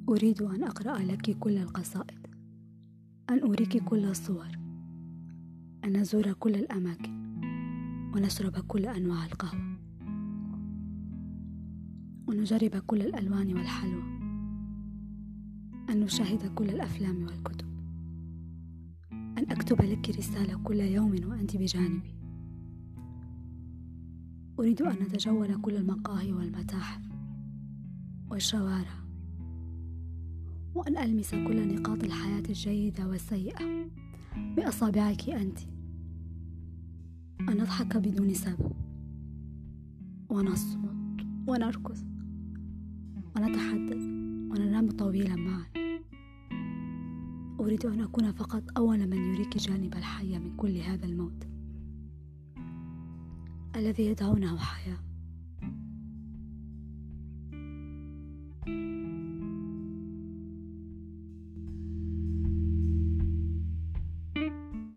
أريد أن أقرأ لك كل القصائد، أن أريك كل الصور، أن نزور كل الأماكن ونشرب كل أنواع القهوة ونجرب كل الألوان والحلوى، أن نشاهد كل الأفلام والكتب، أن أكتب لك رسالة كل يوم وأنت بجانبي. أريد أن نتجول كل المقاهي والمتاحف والشوارع، وأن ألمس كل نقاط الحياة الجيدة والسيئة بأصابعك أنت، أن نضحك بدون سبب ونصمت ونركض ونتحدث وننام طويلا معا. أريد أن أكون فقط أول من يريك جانب الحياة من كل هذا الموت الذي يدعونه حياة.